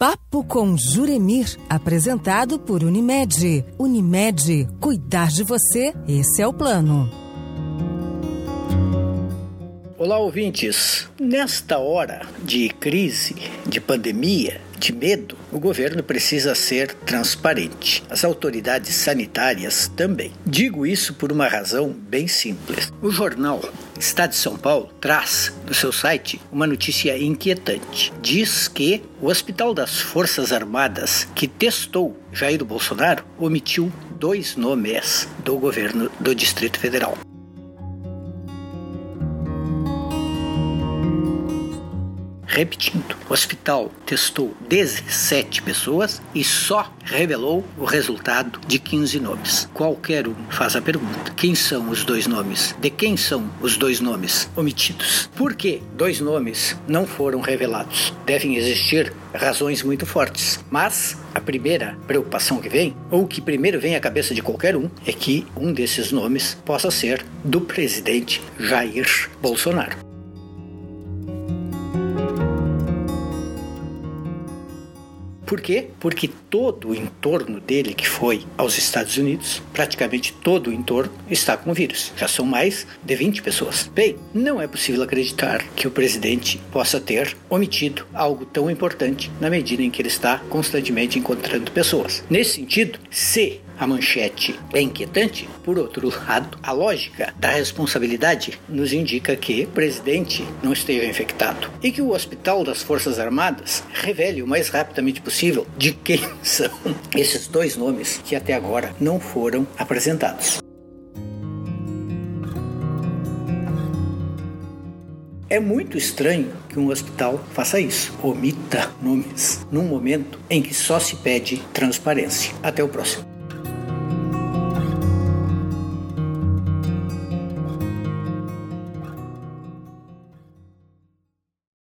Papo com Juremir, apresentado por Unimed. Unimed, cuidar de você, esse é o plano. Olá, ouvintes. Nesta hora de crise, de pandemia, de medo, o governo precisa ser transparente. As autoridades sanitárias também. Digo isso por uma razão bem simples. O jornal Estado de São Paulo traz no seu site uma notícia inquietante. Diz que o Hospital das Forças Armadas, que testou Jair Bolsonaro, omitiu 2 nomes do governo do Distrito Federal. Repetindo, o hospital testou 17 pessoas e só revelou o resultado de 15 nomes. Qualquer um faz a pergunta: quem são os 2 nomes? De quem são os 2 nomes omitidos? Por que 2 nomes não foram revelados? Devem existir razões muito fortes, mas a primeira preocupação que vem, ou que primeiro vem à cabeça de qualquer um, é que um desses nomes possa ser do presidente Jair Bolsonaro. Por quê? Porque todo o entorno dele que foi aos Estados Unidos, praticamente todo o entorno, está com o vírus. Já são mais de 20 pessoas. Bem, não é possível acreditar que o presidente possa ter omitido algo tão importante na medida em que ele está constantemente encontrando pessoas. Nesse sentido, se a manchete é inquietante, por outro lado, a lógica da responsabilidade nos indica que o presidente não esteja infectado e que o Hospital das Forças Armadas revele o mais rapidamente possível de quem são esses 2 nomes que até agora não foram apresentados. É muito estranho que um hospital faça isso, omita nomes, num momento em que só se pede transparência. Até o próximo.